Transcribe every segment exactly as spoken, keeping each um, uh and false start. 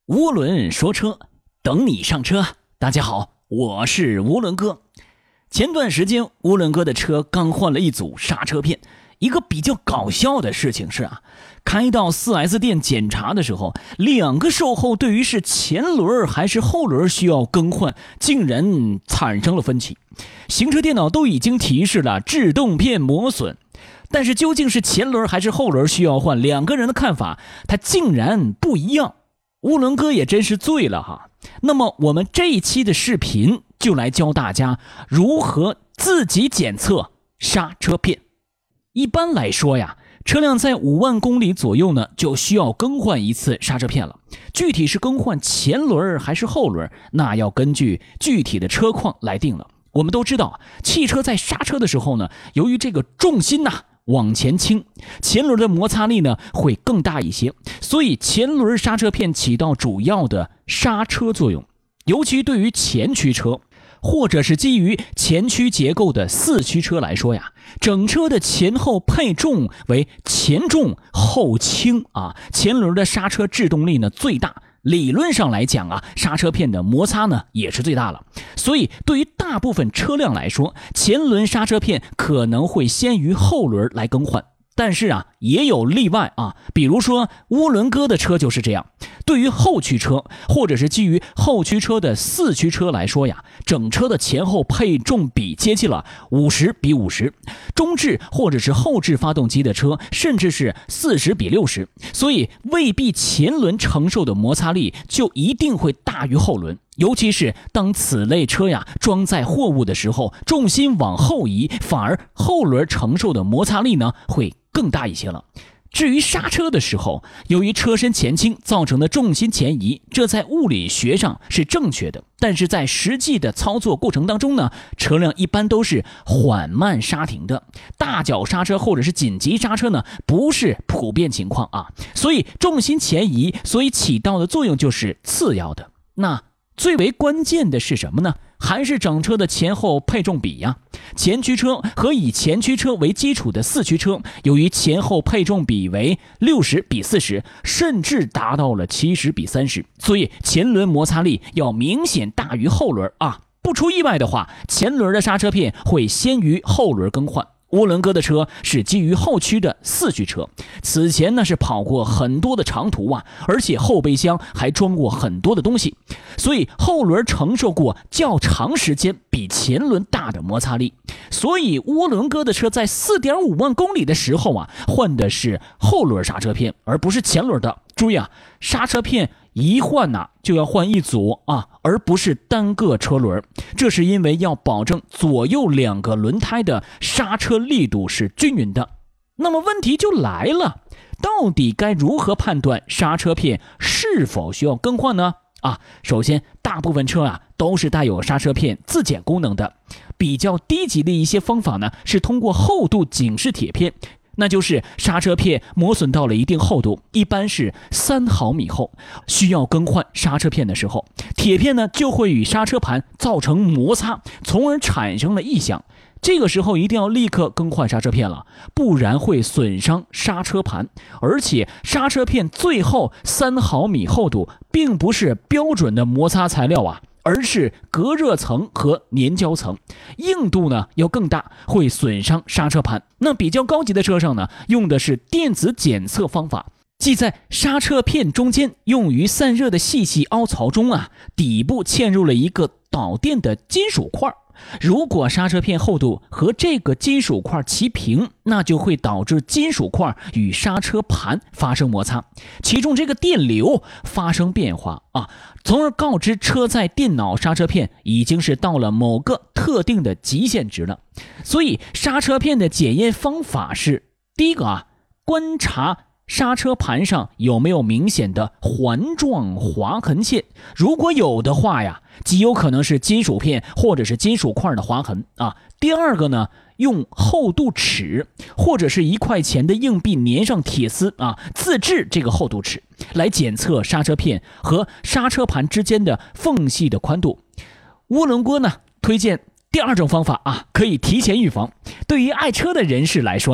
涡轮说车，等你上车。大家好，我是涡轮哥。前段时间涡轮哥的车刚换了一组刹车片，一个比较搞笑的事情是啊，开到 四 S 店检查的时候，两个售后对于是前轮还是后轮需要更换，竟然产生了分歧。行车电脑都已经提示了制动片磨损，但是究竟是前轮还是后轮需要换，两个人的看法它竟然不一样。涡轮哥也真是醉了哈。那么我们这一期的视频就来教大家如何自己检测刹车片。一般来说呀，车辆在五万公里左右呢，就需要更换一次刹车片了。具体是更换前轮还是后轮，那要根据具体的车况来定了。我们都知道，汽车在刹车的时候呢，由于这个重心呐、啊往前倾，前轮的摩擦力呢会更大一些，所以前轮刹车片起到主要的刹车作用。尤其对于前驱车或者是基于前驱结构的四驱车来说呀，整车的前后配重为前重后轻啊，前轮的刹车制动力呢最大。理论上来讲啊，刹车片的摩擦呢也是最大了，所以对于大部分车辆来说，前轮刹车片可能会先于后轮来更换。但是啊，也有例外啊，比如说涡轮哥的车就是这样。对于后驱车或者是基于后驱车的四驱车来说呀，整车的前后配重比接近了五十比五十，中置或者是后置发动机的车甚至是四十比六十，所以未必前轮承受的摩擦力就一定会大于后轮。尤其是当此类车呀装载货物的时候，重心往后移，反而后轮承受的摩擦力呢会更大一些了。至于刹车的时候，由于车身前倾造成的重心前移，这在物理学上是正确的，但是在实际的操作过程当中呢，车辆一般都是缓慢刹停的，大脚刹车或者是紧急刹车呢不是普遍情况啊，所以重心前移，所以起到的作用就是次要的。那最为关键的是什么呢？还是整车的前后配重比呀。前驱车和以前驱车为基础的四驱车，由于前后配重比为六十比四十，甚至达到了七十比三十，所以前轮摩擦力要明显大于后轮啊。不出意外的话，前轮的刹车片会先于后轮更换。涡轮哥的车是基于后驱的四驱车，此前呢是跑过很多的长途啊，而且后备箱还装过很多的东西，所以后轮承受过较长时间比前轮大的摩擦力。所以涡轮哥的车在 四点五万公里的时候啊，换的是后轮刹车片，而不是前轮的。注意啊，刹车片一换呐、啊、就要换一组啊，而不是单个车轮。这是因为要保证左右两个轮胎的刹车力度是均匀的。那么问题就来了，到底该如何判断刹车片是否需要更换呢？啊，首先大部分车啊都是带有刹车片自检功能的。比较低级的一些方法呢，是通过厚度警示铁片，那就是刹车片磨损到了一定厚度，一般是三毫米厚，需要更换刹车片的时候，铁片呢就会与刹车盘造成摩擦，从而产生了异响。这个时候一定要立刻更换刹车片了，不然会损伤刹车盘。而且刹车片最厚三毫米厚度并不是标准的摩擦材料啊，而是隔热层和粘胶层，硬度呢要更大，会损伤刹车盘。那比较高级的车上呢，用的是电子检测方法，即在刹车片中间用于散热的细细凹槽中啊，底部嵌入了一个导电的金属块。如果刹车片厚度和这个金属块齐平，那就会导致金属块与刹车盘发生摩擦，其中这个电流发生变化啊，从而告知车载电脑刹车片已经是到了某个特定的极限值了。所以刹车片的检验方法是，第一个啊，观察刹车盘上有没有明显的环状划痕线，如果有的话呀，极有可能是金属片或者是金属块的划痕啊。第二个呢，用厚度尺或者是一块钱的硬币粘上铁丝啊，自制这个厚度尺来检测刹车片和刹车盘之间的缝隙的宽度。涡轮哥呢推荐第二种方法啊，可以提前预防。对于爱车的人士来说呀，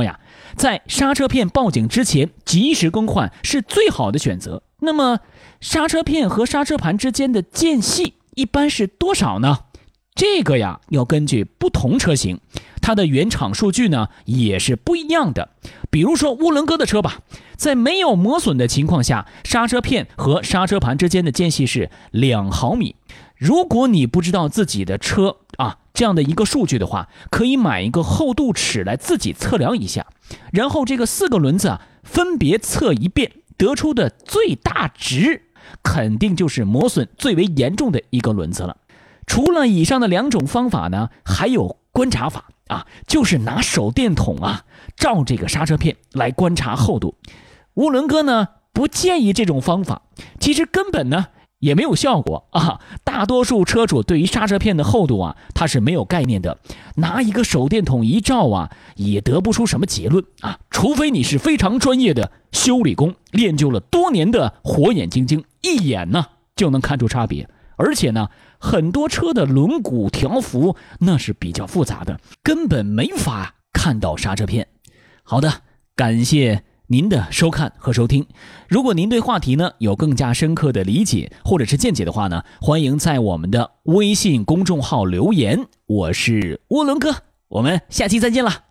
在刹车片报警之前及时更换是最好的选择。那么刹车片和刹车盘之间的间隙一般是多少呢？这个呀要根据不同车型，它的原厂数据呢也是不一样的。比如说乌伦哥的车吧，在没有磨损的情况下，刹车片和刹车盘之间的间隙是两毫米。如果你不知道自己的车啊这样的一个数据的话，可以买一个厚度尺来自己测量一下，然后这个四个轮子啊分别测一遍，得出的最大值肯定就是磨损最为严重的一个轮子了。除了以上的两种方法呢，还有观察法啊，就是拿手电筒啊照这个刹车片来观察厚度。乌伦哥呢不建议这种方法，其实根本呢也没有效果啊。大多数车主对于刹车片的厚度啊，他是没有概念的，拿一个手电筒一照啊，也得不出什么结论啊。除非你是非常专业的修理工，练就了多年的火眼金睛，一眼呢就能看出差别。而且呢，很多车的轮毂条幅那是比较复杂的，根本没法看到刹车片。好的，感谢您的收看和收听。如果您对话题呢有更加深刻的理解或者是见解的话呢，欢迎在我们的微信公众号留言。我是涡轮哥，我们下期再见了。